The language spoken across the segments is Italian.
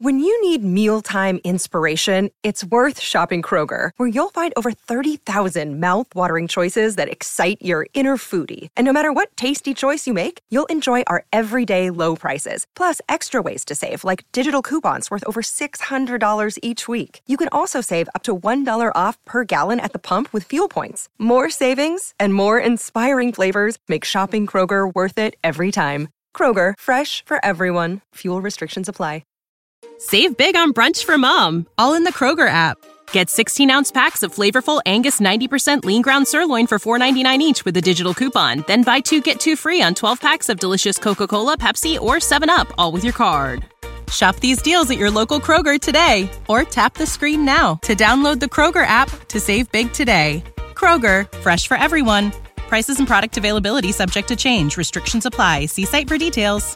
When you need mealtime inspiration, it's worth shopping Kroger, where you'll find over 30,000 mouth-watering choices that excite your inner foodie. And no matter what tasty choice you make, you'll enjoy our everyday low prices, plus extra ways to save, like digital coupons worth over $600 each week. You can also save up to $1 off per gallon at the pump with fuel points. More savings and more inspiring flavors make shopping Kroger worth it every time. Kroger, fresh for everyone. Fuel restrictions apply. Save big on brunch for mom, all in the Kroger app. Get 16-ounce packs of flavorful Angus 90% lean ground sirloin for $4.99 each with a digital coupon. Then buy 2, get 2 free on 12 packs of delicious Coca-Cola, Pepsi, or 7-Up, all with your card. Shop these deals at your local Kroger today, or tap the screen now to download the Kroger app to save big today. Kroger, fresh for everyone. Prices and product availability subject to change. Restrictions apply. See site for details.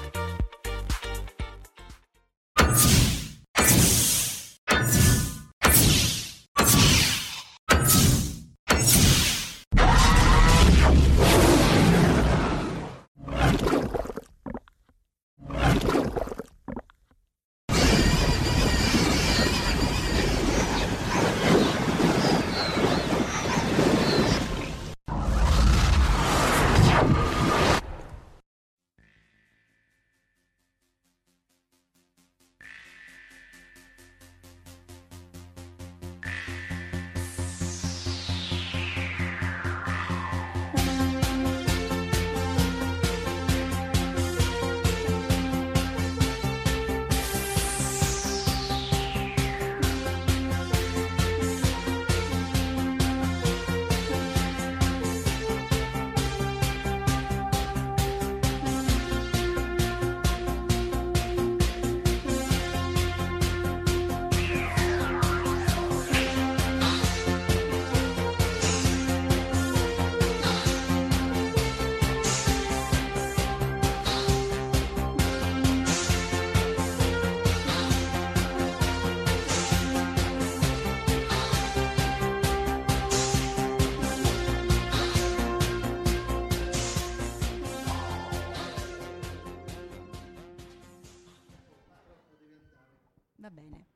Va bene.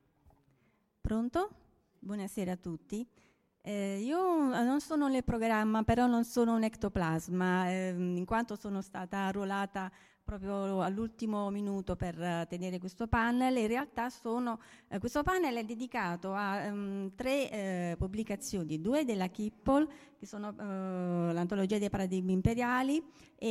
Pronto? Buonasera a tutti. Io non sono nel programma, però non sono un ectoplasma, in quanto sono stata arruolata proprio all'ultimo minuto per tenere questo panel. In realtà questo panel è dedicato a 3 pubblicazioni, 2 della Kippel, che sono l'antologia dei paradigmi imperiali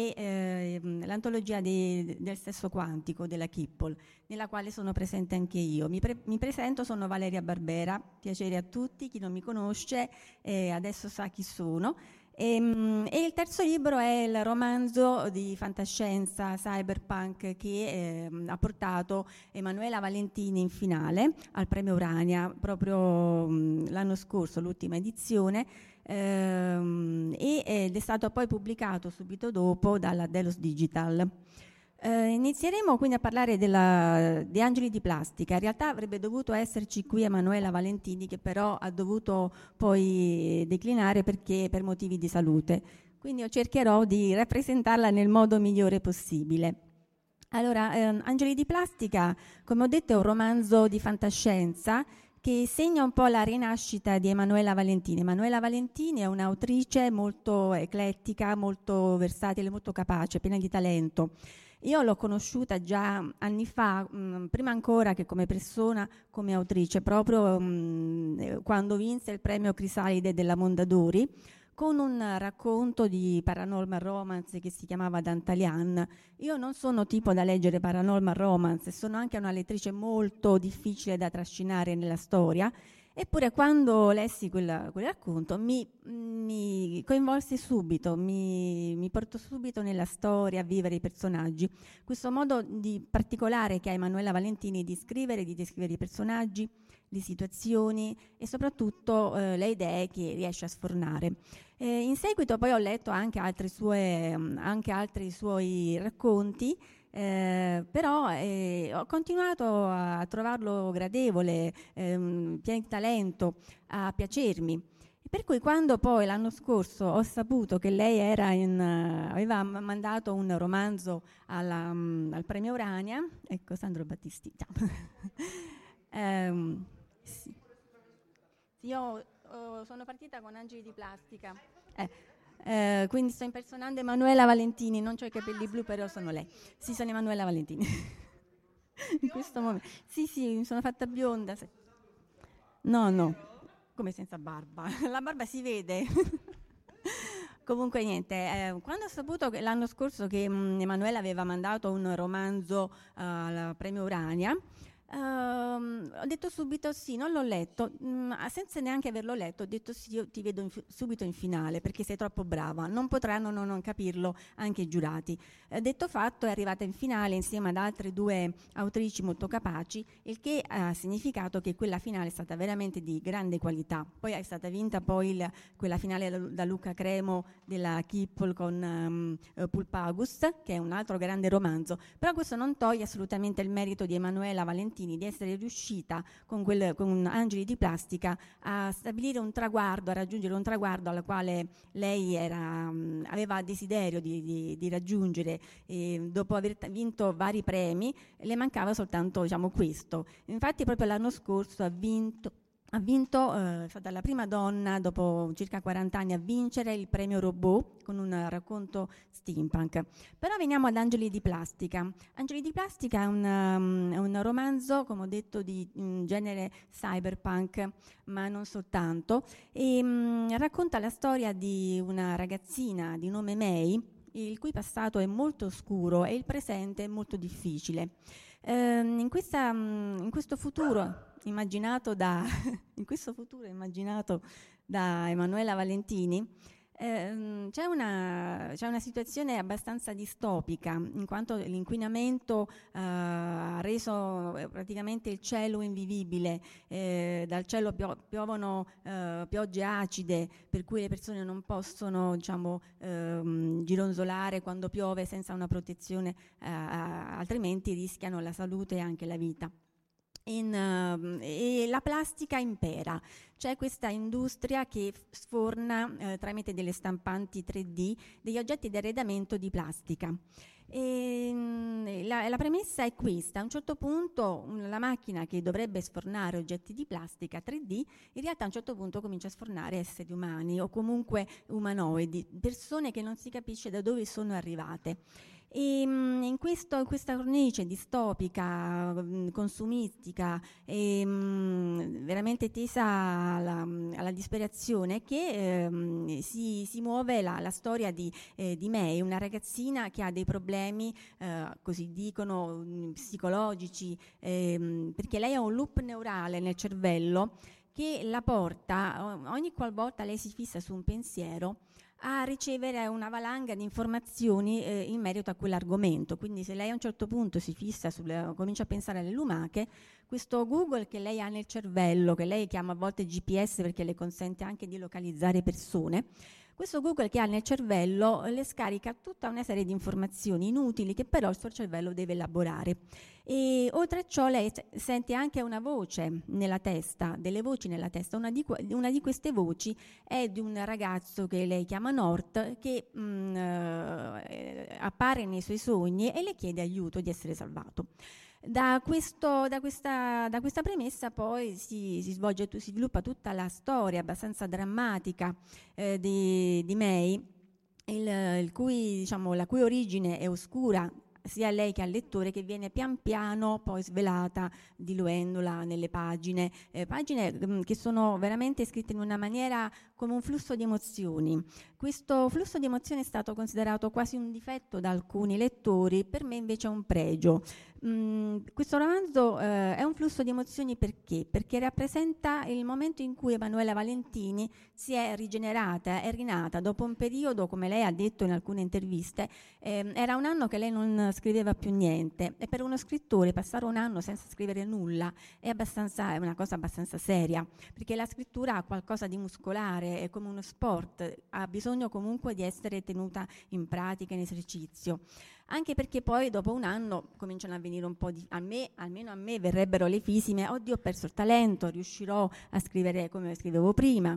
e l'antologia del sesso quantico della Kippel, nella quale sono presente anche io. Mi presento, sono Valeria Barbera, piacere a tutti, chi non mi conosce adesso sa chi sono. E il terzo libro è il romanzo di fantascienza cyberpunk che ha portato Emanuela Valentini in finale al premio Urania proprio l'anno scorso, l'ultima edizione, ed è stato poi pubblicato subito dopo dalla Delos Digital. Inizieremo quindi a parlare di Angeli di Plastica. In realtà avrebbe dovuto esserci qui Emanuela Valentini, che però ha dovuto poi declinare per motivi di salute. Quindi io cercherò di rappresentarla nel modo migliore possibile. Allora, Angeli di Plastica, come ho detto, è un romanzo di fantascienza che segna un po' la rinascita di Emanuela Valentini. Emanuela Valentini è un'autrice molto eclettica, molto versatile, molto capace, piena di talento. Io l'ho conosciuta già anni fa, prima ancora che come persona, come autrice, proprio quando vinse il premio Crisalide della Mondadori, con un racconto di paranormal romance che si chiamava Dantalian. Io non sono tipo da leggere paranormal romance, sono anche una lettrice molto difficile da trascinare nella storia, eppure quando lessi quel racconto mi coinvolse subito, mi portò subito nella storia, a vivere i personaggi. Questo modo particolare che ha Emanuela Valentini di scrivere, di descrivere i personaggi, le situazioni e soprattutto le idee che riesce a sfornare. In seguito poi ho letto anche altri suoi racconti, però ho continuato a trovarlo gradevole, pieno di talento, a piacermi. Per cui quando poi l'anno scorso ho saputo che lei aveva mandato un romanzo al premio Urania, ecco Sandro Battisti, sì. Io sono partita con Angeli di Plastica, quindi sto impersonando Emanuela Valentini, non ho i capelli blu però sono lei, sì sono Emanuela Valentini, in questo momento, sì mi sono fatta bionda, no. Come senza barba? La barba si vede. Comunque niente, quando ho saputo che l'anno scorso che Emanuela aveva mandato un romanzo al premio Urania, ho detto subito sì, non l'ho letto, senza neanche averlo letto, ho detto sì, io ti vedo subito in finale perché sei troppo brava, non potranno non capirlo anche i giurati. Detto fatto, è arrivata in finale insieme ad altre 2 autrici molto capaci, il che ha significato che quella finale è stata veramente di grande qualità. Poi è stata vinta quella finale da Luca Cremo della Kippel con Pulpagus, che è un altro grande romanzo, però questo non toglie assolutamente il merito di Emanuela Valentini di essere riuscita con Angeli di Plastica a stabilire un traguardo, a raggiungere un traguardo alla quale lei aveva desiderio di raggiungere, dopo aver vinto vari premi. Le mancava soltanto questo. Infatti proprio l'anno scorso ha vinto, è stata la prima donna dopo circa 40 anni a vincere il premio Robot con un racconto steampunk. Però veniamo ad Angeli di Plastica. Angeli di Plastica è un romanzo, come ho detto, di genere cyberpunk, ma non soltanto, e racconta la storia di una ragazzina di nome May, il cui passato è molto oscuro e il presente è molto difficile. In questo futuro immaginato da Emanuela Valentini, c'è una situazione abbastanza distopica, in quanto l'inquinamento ha reso praticamente il cielo invivibile, dal cielo piovono piogge acide, per cui le persone non possono gironzolare quando piove senza una protezione, altrimenti rischiano la salute e anche la vita. E la plastica impera, c'è questa industria che sforna tramite delle stampanti 3D degli oggetti di arredamento di plastica. La premessa è questa: a un certo punto la macchina che dovrebbe sfornare oggetti di plastica 3D in realtà a un certo punto comincia a sfornare esseri umani o comunque umanoidi, persone che non si capisce da dove sono arrivate. E in questa cornice distopica, consumistica e veramente tesa alla disperazione, che si muove la storia di May, una ragazzina che ha dei problemi, così dicono, psicologici, perché lei ha un loop neurale nel cervello che la porta, ogni qualvolta lei si fissa su un pensiero, a ricevere una valanga di informazioni in merito a quell'argomento. Quindi se lei a un certo punto si fissa comincia a pensare alle lumache, questo Google che lei ha nel cervello, che lei chiama a volte GPS perché le consente anche di localizzare persone, questo Google che ha nel cervello le scarica tutta una serie di informazioni inutili che però il suo cervello deve elaborare. E oltre a ciò lei sente anche una voce nella testa, delle voci nella testa. Una di queste voci è di un ragazzo che lei chiama North, che appare nei suoi sogni e le chiede aiuto di essere salvato. Da questa premessa poi si sviluppa tutta la storia abbastanza drammatica di May, la cui origine è oscura sia a lei che al lettore, che viene pian piano poi svelata diluendola nelle pagine che sono veramente scritte in una maniera come un flusso di emozioni. Questo flusso di emozioni è stato considerato quasi un difetto da alcuni lettori, per me invece è un pregio. Questo romanzo è un flusso di emozioni perché rappresenta il momento in cui Emanuela Valentini si è rigenerata, è rinata dopo un periodo, come lei ha detto in alcune interviste, era un anno che lei non scriveva più niente, e per uno scrittore passare un anno senza scrivere nulla è una cosa abbastanza seria, perché la scrittura ha qualcosa di muscolare, è come uno sport, ha bisogno comunque di essere tenuta in pratica, in esercizio. Anche perché poi dopo un anno cominciano a venire un po' almeno a me verrebbero le fisime: oddio, ho perso il talento, riuscirò a scrivere come scrivevo prima.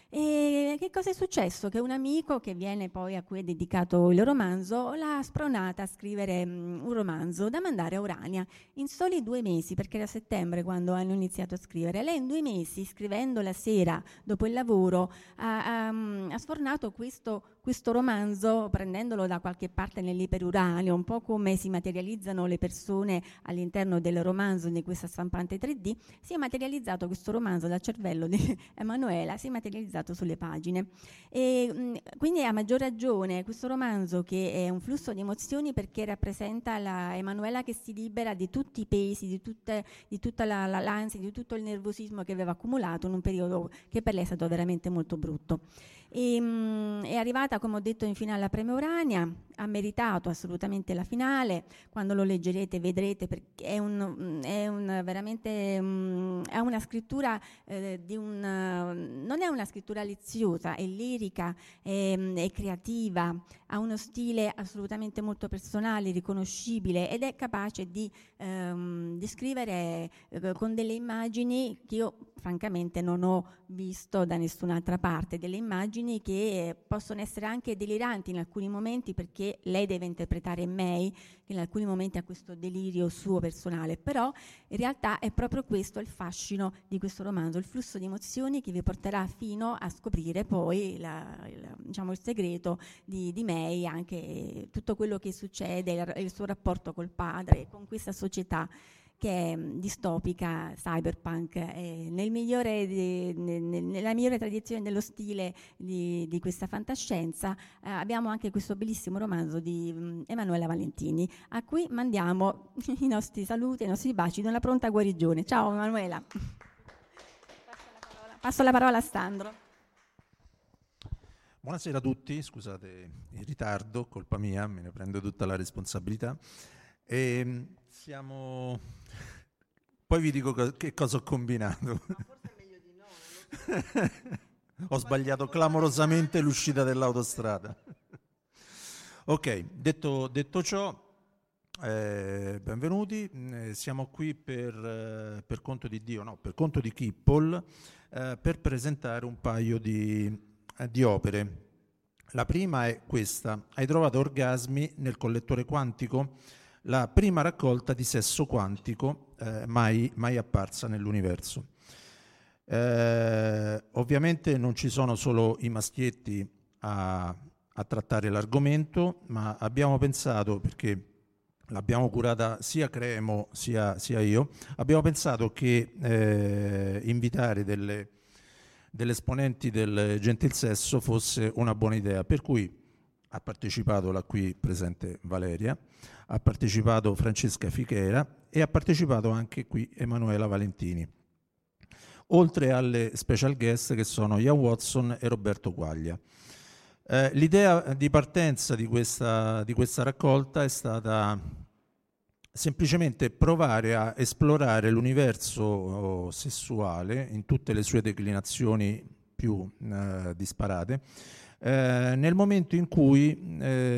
E che cosa è successo? Che un amico, che viene poi a cui è dedicato il romanzo, l'ha spronata a scrivere un romanzo da mandare a Urania in soli 2 mesi, perché era settembre quando hanno iniziato a scrivere. Lei in 2 mesi, scrivendo la sera dopo il lavoro, ha sfornato questo romanzo, prendendolo da qualche parte nell'iperuranio, un po' come si materializzano le persone all'interno del romanzo di questa stampante 3D. Si è materializzato questo romanzo dal cervello di Emanuela, si è materializzato sulle pagine. E quindi a maggior ragione questo romanzo, che è un flusso di emozioni, perché rappresenta la Emanuela che si libera di tutti i pesi, di tutta l'ansia, di tutto il nervosismo che aveva accumulato in un periodo che per lei è stato veramente molto brutto. È arrivata, come ho detto, in finale alla Premio Urania, ha meritato assolutamente la finale. Quando lo leggerete vedrete, perché è veramente ha una scrittura non è una scrittura liziosa, è lirica, è creativa, ha uno stile assolutamente molto personale, riconoscibile, ed è capace di scrivere con delle immagini che io francamente non ho visto da nessun'altra parte, delle immagini che possono essere anche deliranti in alcuni momenti, perché lei deve interpretare May, che in alcuni momenti ha questo delirio suo personale, però in realtà è proprio questo il fascino di questo romanzo, il flusso di emozioni che vi porterà fino a scoprire poi diciamo, il segreto di May, anche tutto quello che succede, il suo rapporto col padre, con questa società che è distopica, cyberpunk, nella migliore tradizione dello stile di questa fantascienza. Abbiamo anche questo bellissimo romanzo di Emanuela Valentini, a cui mandiamo i nostri saluti e i nostri baci di una pronta guarigione. Ciao Emanuela. Passo la parola a Sandro. Buonasera a tutti, scusate il ritardo, colpa mia, me ne prendo tutta la responsabilità. Poi vi dico che cosa ho combinato. Ma forse è meglio di no. Ho sbagliato clamorosamente l'uscita dell'autostrada. Ok, detto ciò, benvenuti. Siamo qui per conto di Dio, no, per conto di Kippol, per presentare un paio di opere. La prima è questa: Hai trovato orgasmi nel collettore quantico? La prima raccolta di sesso quantico mai apparsa nell'universo. Ovviamente non ci sono solo i maschietti a trattare l'argomento, ma abbiamo pensato, perché l'abbiamo curata sia Cremo sia io, abbiamo pensato che invitare delle esponenti del gentil sesso fosse una buona idea, per cui ha partecipato la qui presente Valeria, ha partecipato Francesca Fichera e ha partecipato anche qui Emanuela Valentini, oltre alle special guest che sono Ian Watson e Roberto Quaglia. L'idea di partenza di questa raccolta è stata semplicemente provare a esplorare l'universo sessuale in tutte le sue declinazioni più disparate, nel momento in cui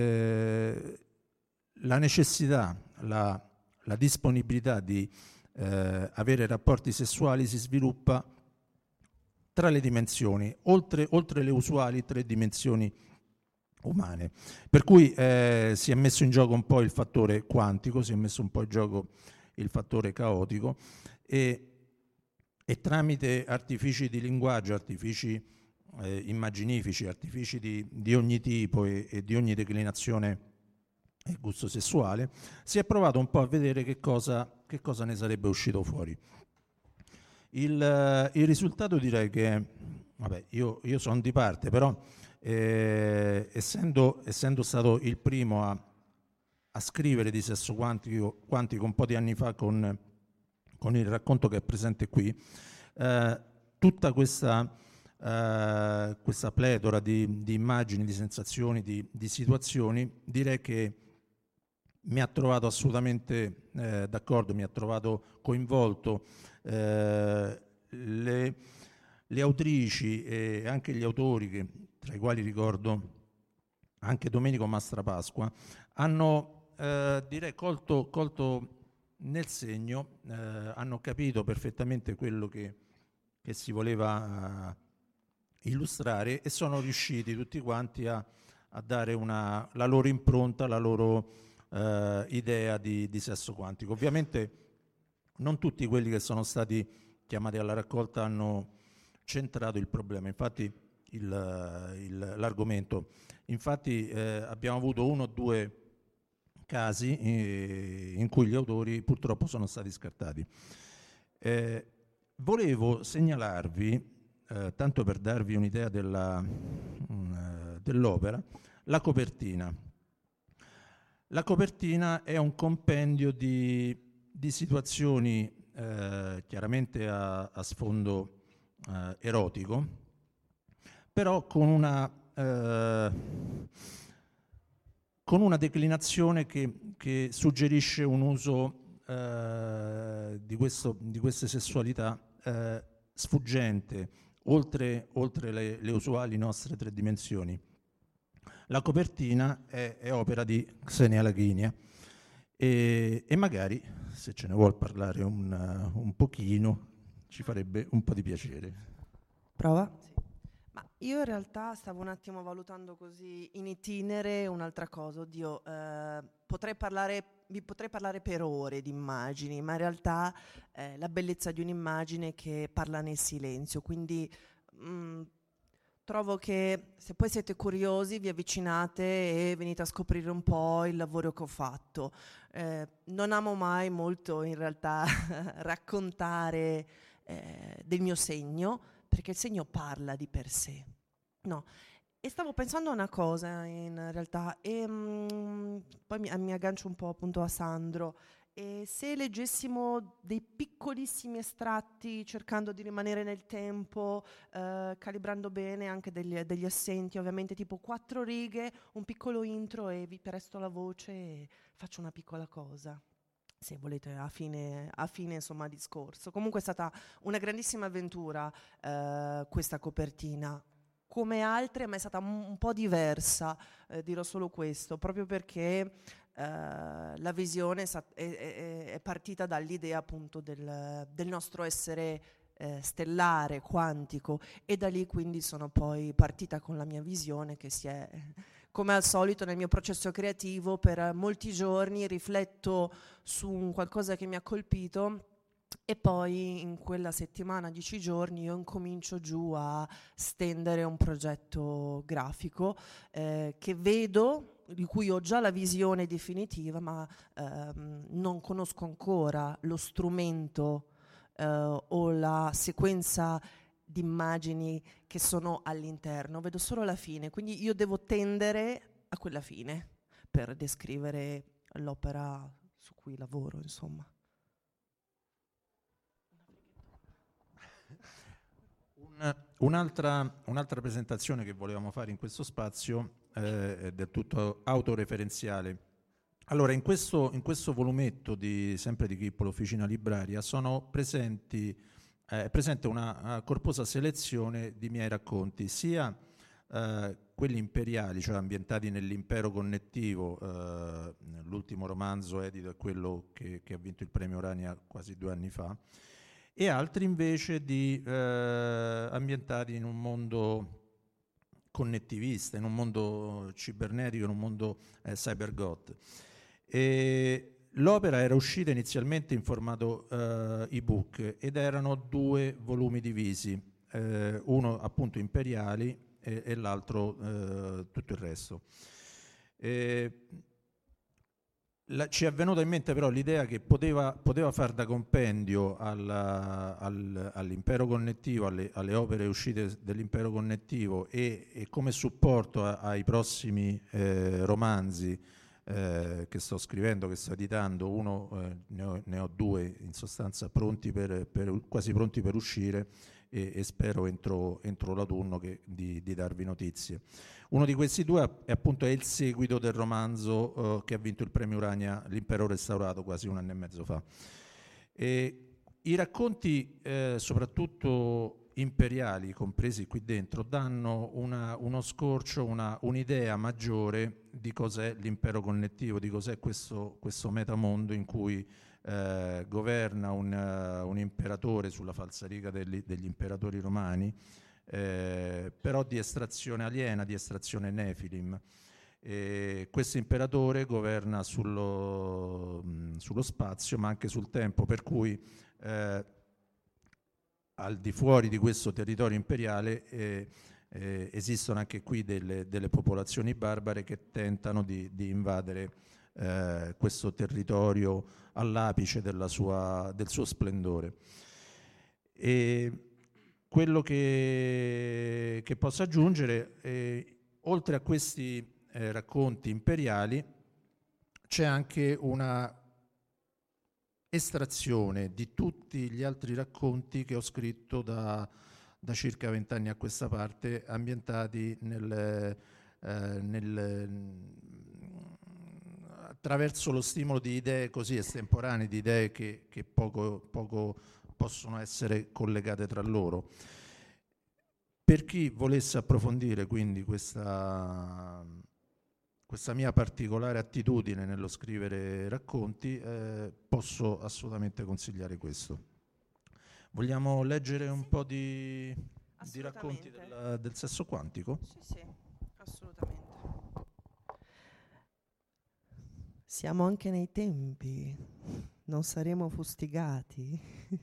la necessità, la disponibilità di avere rapporti sessuali si sviluppa tra le dimensioni, oltre le usuali 3 dimensioni umane. Per cui si è messo in gioco un po' il fattore quantico, si è messo un po' in gioco il fattore caotico, e tramite artifici di linguaggio, artifici immaginifici, artifici di ogni tipo e di ogni declinazione e gusto sessuale, si è provato un po' a vedere che cosa ne sarebbe uscito fuori. Il risultato, direi che, vabbè, io sono di parte, però essendo stato il primo a scrivere di sesso quantico un po' di anni fa con il racconto che è presente qui, tutta questa pletora di immagini, di sensazioni, di situazioni, direi che mi ha trovato assolutamente d'accordo, mi ha trovato coinvolto. Le autrici e anche gli autori, tra i quali ricordo anche Domenico Mastrapasqua, hanno direi colto nel segno, hanno capito perfettamente quello che si voleva illustrare, e sono riusciti tutti quanti a dare la loro impronta, la loro idea di sesso quantico. Ovviamente non tutti quelli che sono stati chiamati alla raccolta hanno centrato il problema, infatti l'argomento. Infatti abbiamo avuto 1 o 2 casi in cui gli autori purtroppo sono stati scartati. Volevo segnalarvi, tanto per darvi un'idea dell'opera, la copertina. La copertina è un compendio di situazioni chiaramente a sfondo erotico, però con una declinazione che suggerisce un uso di queste sessualità sfuggente, oltre le usuali nostre 3 dimensioni. La copertina è opera di Xenia Laghinia e magari, se ce ne vuol parlare un pochino, ci farebbe un po' di piacere. Prova? Sì. Ma io in realtà stavo un attimo valutando così in itinere un'altra cosa. Oddio, vi potrei parlare per ore di immagini, ma in realtà la bellezza di un'immagine che parla nel silenzio, quindi trovo che se poi siete curiosi vi avvicinate e venite a scoprire un po' il lavoro che ho fatto. Non amo mai molto in realtà raccontare del mio segno, perché il segno parla di per sé. No. E stavo pensando a una cosa in realtà, e poi mi aggancio un po' appunto a Sandro. E se leggessimo dei piccolissimi estratti cercando di rimanere nel tempo, calibrando bene anche degli assenti, ovviamente tipo 4 righe, un piccolo intro e vi presto la voce e faccio una piccola cosa, se volete, a fine insomma discorso. Comunque è stata una grandissima avventura questa copertina. Come altre, ma è stata un po' diversa, dirò solo questo, proprio perché la visione è partita dall'idea appunto del nostro essere stellare, quantico, e da lì quindi sono poi partita con la mia visione che si è, come al solito nel mio processo creativo, per molti giorni rifletto su un qualcosa che mi ha colpito. E poi in quella settimana, 10 giorni, io incomincio giù a stendere un progetto grafico che vedo, di cui ho già la visione definitiva, ma non conosco ancora lo strumento o la sequenza di immagini che sono all'interno. Vedo solo la fine, quindi io devo tendere a quella fine per descrivere l'opera su cui lavoro, insomma. Un'altra presentazione che volevamo fare in questo spazio è del tutto autoreferenziale. Allora, in questo volumetto sempre di Chippo, l'Officina Libraria, presente una corposa selezione di miei racconti, sia quelli imperiali, cioè ambientati nell'impero connettivo, l'ultimo romanzo edito è quello che ha vinto il premio Urania quasi 2 anni fa, e altri invece ambientati in un mondo connettivista, in un mondo cibernetico, in un mondo cybergoth. E l'opera era uscita inizialmente in formato ebook ed erano 2 volumi divisi, uno appunto imperiali e l'altro tutto il resto. Ci è venuta in mente però l'idea che poteva far da compendio all'impero connettivo, alle opere uscite dell'impero connettivo e come supporto ai prossimi romanzi che sto scrivendo, che sto editando. Uno ne ho 2 in sostanza quasi pronti per uscire e spero entro l'autunno di darvi notizie. Uno di questi 2 è il seguito del romanzo che ha vinto il premio Urania, L'impero restaurato, quasi 1 anno e mezzo fa. I racconti, soprattutto imperiali, compresi qui dentro, danno uno scorcio, un'idea maggiore di cos'è l'impero connettivo, di cos'è questo metamondo in cui governa un imperatore sulla falsariga degli imperatori romani, però di estrazione aliena, di estrazione Nefilim. Questo imperatore governa sullo spazio, ma anche sul tempo, per cui al di fuori di questo territorio imperiale esistono anche qui delle popolazioni barbare che tentano di invadere questo territorio all'apice del suo splendore. E quello che posso aggiungere, oltre a questi racconti imperiali, c'è anche una estrazione di tutti gli altri racconti che ho scritto da circa 20 anni a questa parte, ambientati attraverso lo stimolo di idee così estemporanee, di idee che poco possono essere collegate tra loro. Per chi volesse approfondire quindi questa mia particolare attitudine nello scrivere racconti, posso assolutamente consigliare questo. Vogliamo leggere un po' di racconti del sesso quantico? Sì, assolutamente. Siamo anche nei tempi, non saremo fustigati.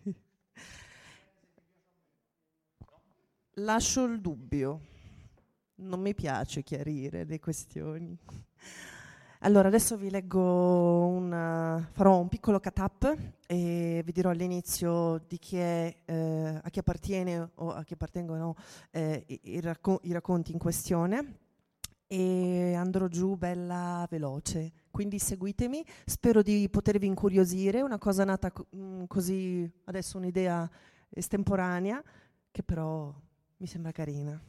Lascio il dubbio, non mi piace chiarire le questioni. Allora, adesso vi leggo farò un piccolo cut-up e vi dirò all'inizio di chi è, a chi appartiene o a chi appartengono i racconti in questione, e andrò giù bella veloce, quindi seguitemi. Spero di potervi incuriosire, una cosa nata così adesso, un'idea estemporanea che però mi sembra carina.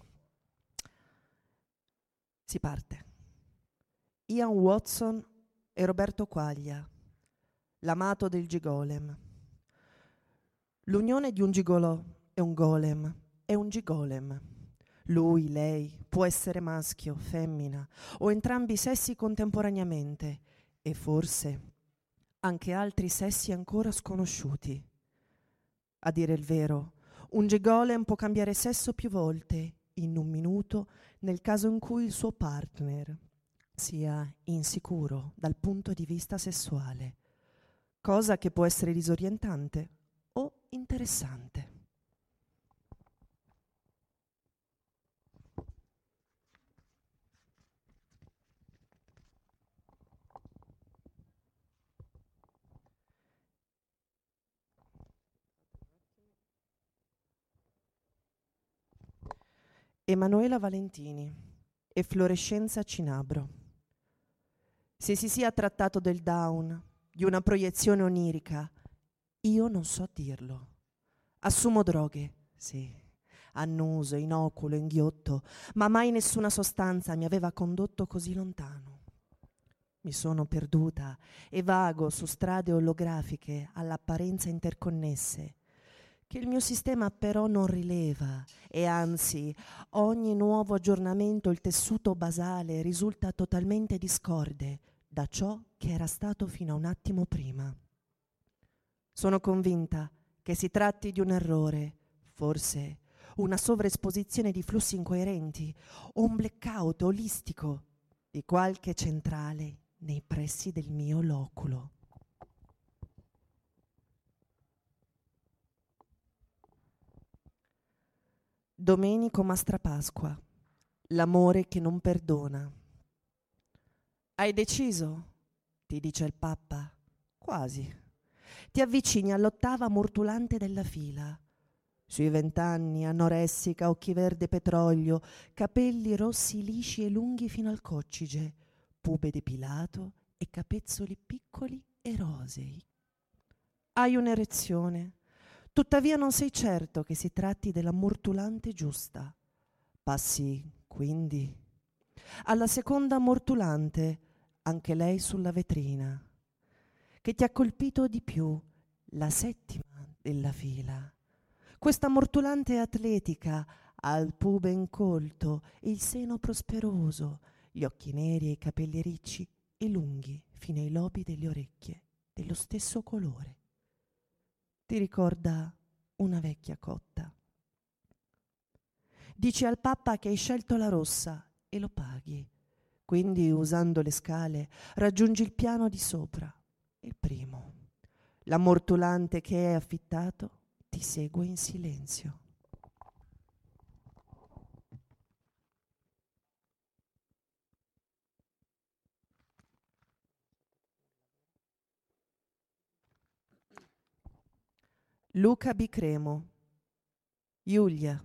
Si parte. Ian Watson e Roberto Quaglia, l'amato del gigolem. L'unione di un gigolò e un golem è un gigolem. Lui, lei, può essere maschio, femmina o entrambi i sessi contemporaneamente, e forse anche altri sessi ancora sconosciuti. A dire il vero, un gigolem può cambiare sesso più volte in un minuto nel caso in cui il suo partner sia insicuro dal punto di vista sessuale, cosa che può essere disorientante o interessante. Emanuela Valentini e Florescenza Cinabro. Se si sia trattato del down, di una proiezione onirica, io non so dirlo. Assumo droghe, sì, annuso, inoculo, inghiotto, ma mai nessuna sostanza mi aveva condotto così lontano. Mi sono perduta e vago su strade olografiche all'apparenza interconnesse, che il mio sistema però non rileva, e anzi ogni nuovo aggiornamento il tessuto basale risulta totalmente discorde da ciò che era stato fino a un attimo prima. Sono convinta che si tratti di un errore, forse una sovraesposizione di flussi incoerenti o un blackout olistico di qualche centrale nei pressi del mio loculo. Domenico Mastrapasqua, l'amore che non perdona. Hai deciso? Ti dice il Papa. Quasi. Ti avvicini all'8ª mortulante della fila. Sui 20 anni, anoressica, occhi verde petrolio, capelli rossi lisci e lunghi fino al coccige, pube depilato e capezzoli piccoli e rosei. Hai un'erezione. Tuttavia non sei certo che si tratti della mortulante giusta. Passi, quindi, alla seconda mortulante, anche lei sulla vetrina, che ti ha colpito di più, la 7ª della fila. Questa mortulante atletica ha il pube incolto, il seno prosperoso, gli occhi neri e i capelli ricci e lunghi fino ai lobi delle orecchie, dello stesso colore. Ti ricorda una vecchia cotta. Dici al Papa che hai scelto la rossa e lo paghi. Quindi, usando le scale, raggiungi il piano di sopra, il primo. L'ammortolante che hai affittato ti segue in silenzio. Luca Bicremo. Giulia.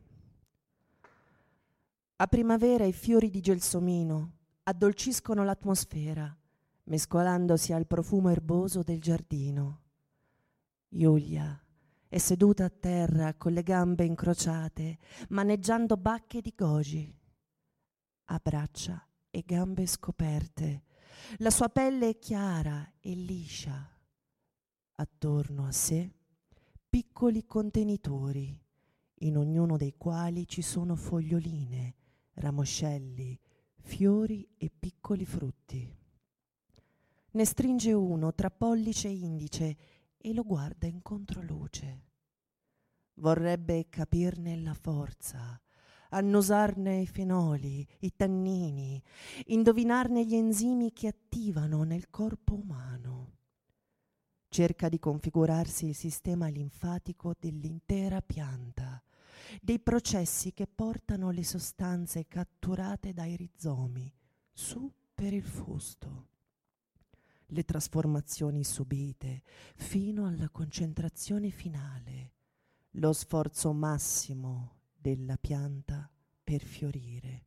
A primavera i fiori di gelsomino addolciscono l'atmosfera, mescolandosi al profumo erboso del giardino. Giulia è seduta a terra con le gambe incrociate, maneggiando bacche di goji. Ha braccia e gambe scoperte. La sua pelle è chiara e liscia. Attorno a sé piccoli contenitori, in ognuno dei quali ci sono foglioline, ramoscelli, fiori e piccoli frutti. Ne stringe uno tra pollice e indice e lo guarda in controluce. Vorrebbe capirne la forza, annusarne i fenoli, i tannini, indovinarne gli enzimi che attivano nel corpo umano. Cerca di configurarsi il sistema linfatico dell'intera pianta, dei processi che portano le sostanze catturate dai rizomi su per il fusto. Le trasformazioni subite fino alla concentrazione finale, lo sforzo massimo della pianta per fiorire.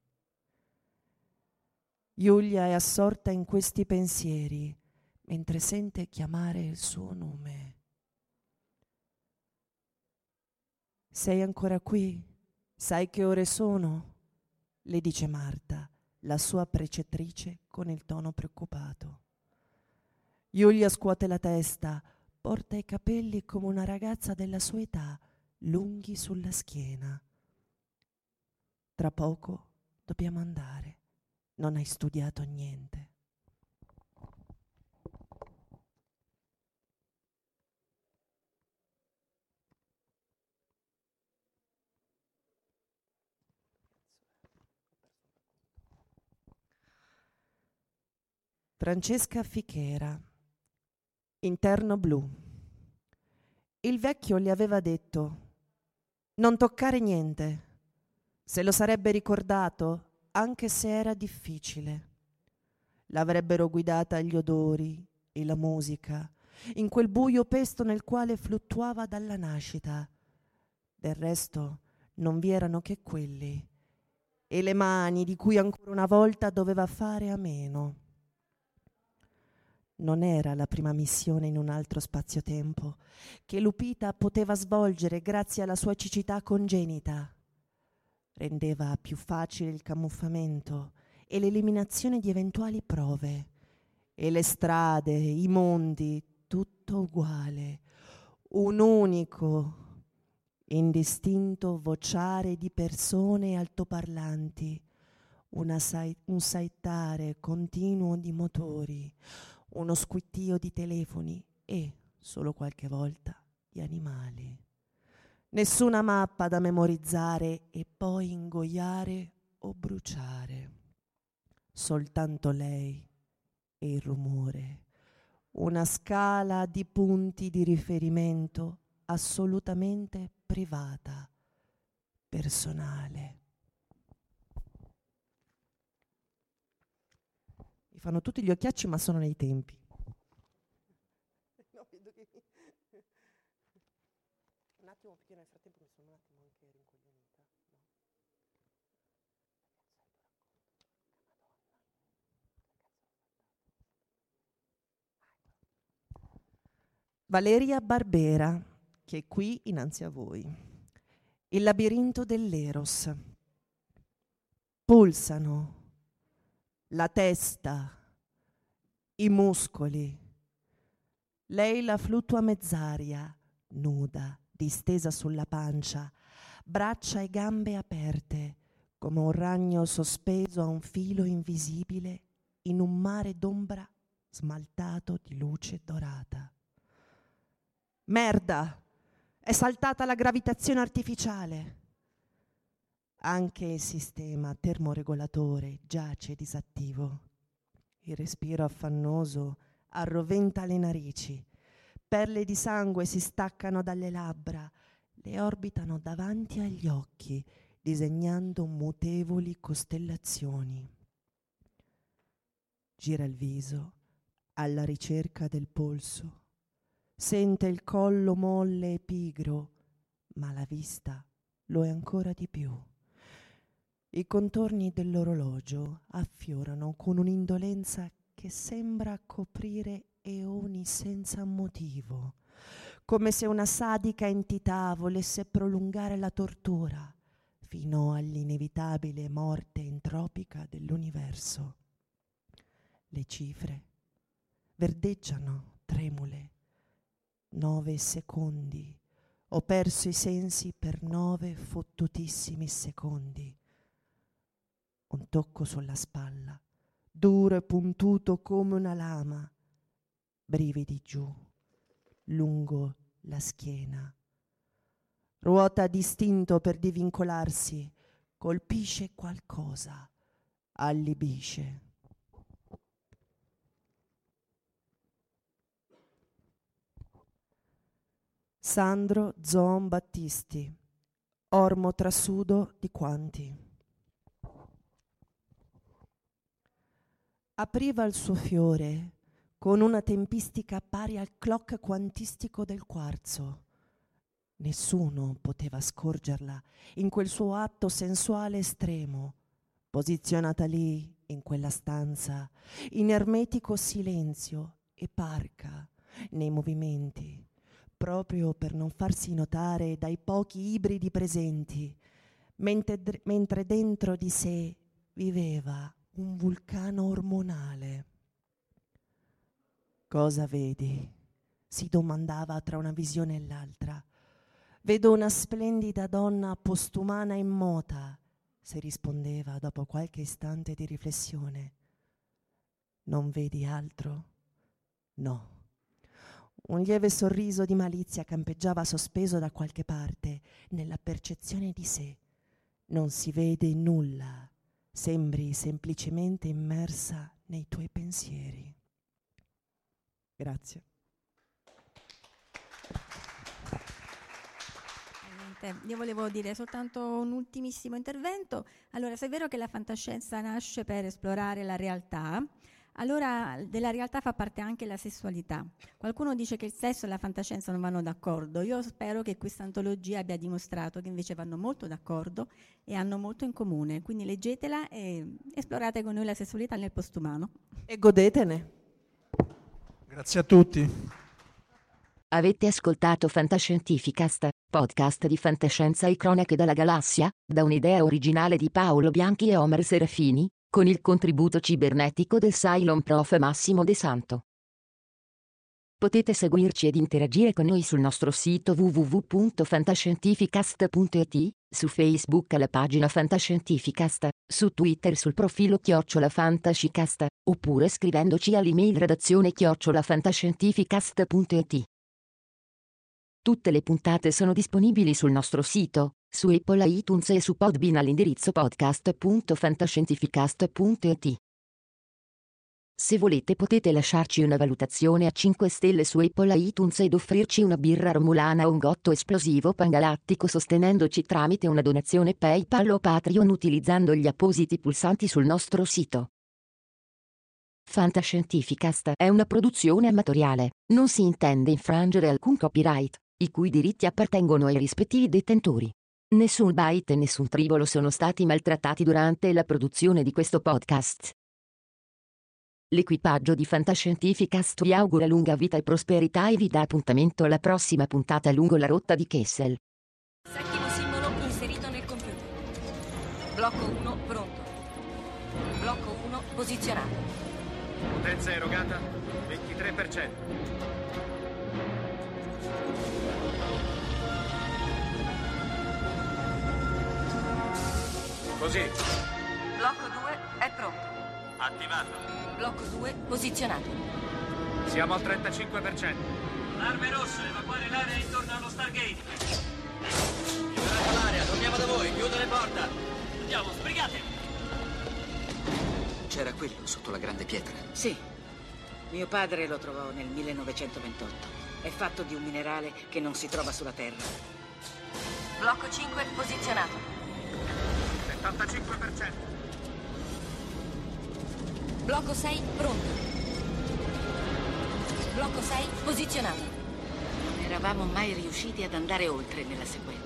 Giulia è assorta in questi pensieri mentre sente chiamare il suo nome. Sei ancora qui? Sai che ore sono? Le dice Marta, la sua precettrice, con il tono preoccupato. Giulia scuote la testa, porta i capelli come una ragazza della sua età, lunghi sulla schiena. Tra poco dobbiamo andare. Non hai studiato niente. Francesca Fichera. Interno blu. Il vecchio le aveva detto: non toccare niente. Se lo sarebbe ricordato, anche se era difficile. L'avrebbero guidata gli odori e la musica, in quel buio pesto nel quale fluttuava dalla nascita. Del resto non vi erano che quelli, e le mani di cui ancora una volta doveva fare a meno. Non era la prima missione in un altro spazio-tempo che Lupita poteva svolgere grazie alla sua cecità congenita. Rendeva più facile il camuffamento e l'eliminazione di eventuali prove. E le strade, i mondi, tutto uguale. Un unico, indistinto vociare di persone altoparlanti, un saettare continuo di motori, uno squittio di telefoni e, solo qualche volta, di animali. Nessuna mappa da memorizzare e poi ingoiare o bruciare. Soltanto lei e il rumore. Una scala di punti di riferimento assolutamente privata, personale. Mi fanno tutti gli occhiacci, ma sono nei tempi. No, vedo che... Un attimo, perché nel frattempo mi sono un attimo anche rincoglionita. Valeria Barbera, che è qui innanzi a voi. Il labirinto dell'Eros. Pulsano la testa, i muscoli. Lei la fluttua mezz'aria, nuda, distesa sulla pancia, braccia e gambe aperte, come un ragno sospeso a un filo invisibile in un mare d'ombra smaltato di luce dorata. Merda! È saltata la gravitazione artificiale. Anche il sistema termoregolatore giace disattivo. Il respiro affannoso arroventa le narici. Perle di sangue si staccano dalle labbra, le orbitano davanti agli occhi, disegnando mutevoli costellazioni. Gira il viso alla ricerca del polso. Sente il collo molle e pigro, ma la vista lo è ancora di più. I contorni dell'orologio affiorano con un'indolenza che sembra coprire eoni senza motivo, come se una sadica entità volesse prolungare la tortura fino all'inevitabile morte entropica dell'universo. Le cifre verdeggiano tremule. 9 secondi. Ho perso i sensi per 9 fottutissimi secondi. Un tocco sulla spalla, duro e puntuto come una lama. Brividi giù, lungo la schiena. Ruota d'istinto per divincolarsi, colpisce qualcosa, allibisce. Sandro Zoon Battisti, ormo trasudo di quanti. Apriva il suo fiore con una tempistica pari al clock quantistico del quarzo. Nessuno poteva scorgerla in quel suo atto sensuale estremo, posizionata lì, in quella stanza, in ermetico silenzio e parca nei movimenti, proprio per non farsi notare dai pochi ibridi presenti, mentre dentro di sé viveva un vulcano ormonale. Cosa vedi? Si domandava tra una visione e l'altra. Vedo una splendida donna postumana e immota, si rispondeva dopo qualche istante di riflessione. Non vedi altro? No. Un lieve sorriso di malizia campeggiava sospeso da qualche parte nella percezione di sé. Non si vede nulla. Sembri semplicemente immersa nei tuoi pensieri. Grazie. Io volevo dire soltanto un ultimissimo intervento. Allora, se è vero che la fantascienza nasce per esplorare la realtà, allora della realtà fa parte anche la sessualità. Qualcuno dice che il sesso e la fantascienza non vanno d'accordo. Io spero che questa antologia abbia dimostrato che invece vanno molto d'accordo e hanno molto in comune. Quindi leggetela e esplorate con noi la sessualità nel postumano. E godetene. Grazie a tutti. Avete ascoltato Fantascientificast, podcast di fantascienza e cronache dalla galassia, da un'idea originale di Paolo Bianchi e Omer Serafini, con il contributo cibernetico del Cylon Prof Massimo De Santo. Potete seguirci ed interagire con noi sul nostro sito www.fantascientificast.it, su Facebook alla pagina Fantascientificast, su Twitter sul profilo @fantascicast, oppure scrivendoci all'email redazione@fantascientificast.it. Tutte le puntate sono disponibili sul nostro sito, su Apple iTunes e su Podbean all'indirizzo podcast.fantascientificast.it. Se volete potete lasciarci una valutazione a 5 stelle su Apple iTunes ed offrirci una birra romulana o un gotto esplosivo pangalattico sostenendoci tramite una donazione PayPal o Patreon utilizzando gli appositi pulsanti sul nostro sito. Fantascientificast è una produzione amatoriale, non si intende infrangere alcun copyright, i cui diritti appartengono ai rispettivi detentori. Nessun byte e nessun tribolo sono stati maltrattati durante la produzione di questo podcast. L'equipaggio di Fantascientificast vi augura lunga vita e prosperità e vi dà appuntamento alla prossima puntata lungo la rotta di Kessel. Settimo simbolo inserito nel computer. Blocco 1 pronto. Blocco 1 posizionato. Potenza erogata 23%. Così. Blocco 2 è pronto. Attivato. Blocco 2 posizionato. Siamo al 35%. Arme rosse, evacuare l'area intorno allo Stargate. Liberate l'area, torniamo da voi, chiudo le porte. quello sotto la grande pietra? Sì. Mio padre lo trovò nel 1928. È fatto di un minerale che non si trova sulla Terra. Blocco 5 posizionato. 75%. Blocco 6 pronto. Blocco 6 posizionato. Non eravamo mai riusciti ad andare oltre nella sequenza.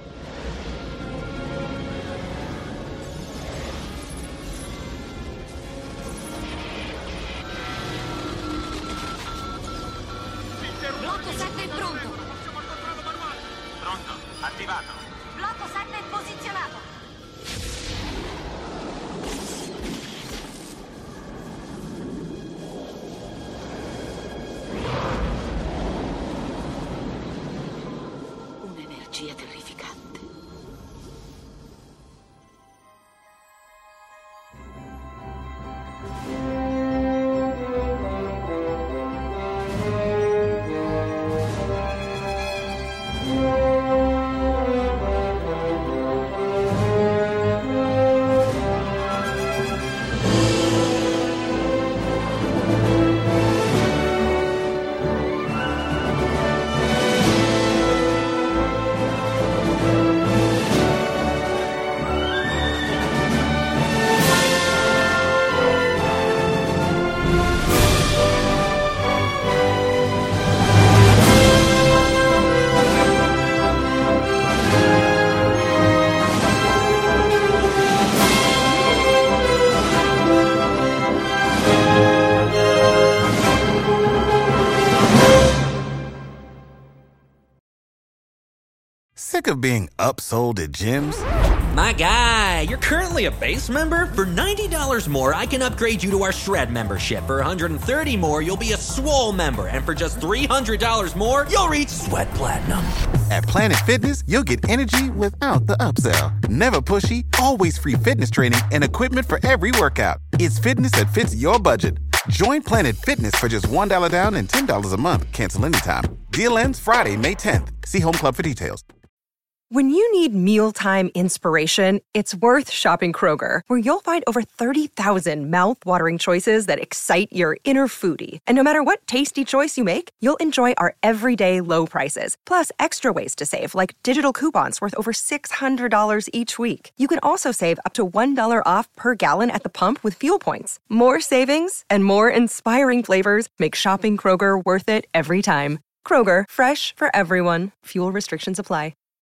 Blocco 7 pronto. Pronto, attivato. Blocco 7 posizionato. Un'energia terrificante. Sick of being upsold at gyms? My guy, you're currently a base member? For $90 more, I can upgrade you to our Shred membership. For $130 more, you'll be a Swole member. And for just $300 more, you'll reach Sweat Platinum. At Planet Fitness, you'll get energy without the upsell. Never pushy, always free fitness training and equipment for every workout. It's fitness that fits your budget. Join Planet Fitness for just $1 down and $10 a month. Cancel anytime. Deal ends Friday, May 10th. See Home Club for details. When you need mealtime inspiration, it's worth shopping Kroger, where you'll find over 30,000 mouth-watering choices that excite your inner foodie. And no matter what tasty choice you make, you'll enjoy our everyday low prices, plus extra ways to save, like digital coupons worth over $600 each week. You can also save up to $1 off per gallon at the pump with fuel points. More savings and more inspiring flavors make shopping Kroger worth it every time. Kroger, fresh for everyone. Fuel restrictions apply.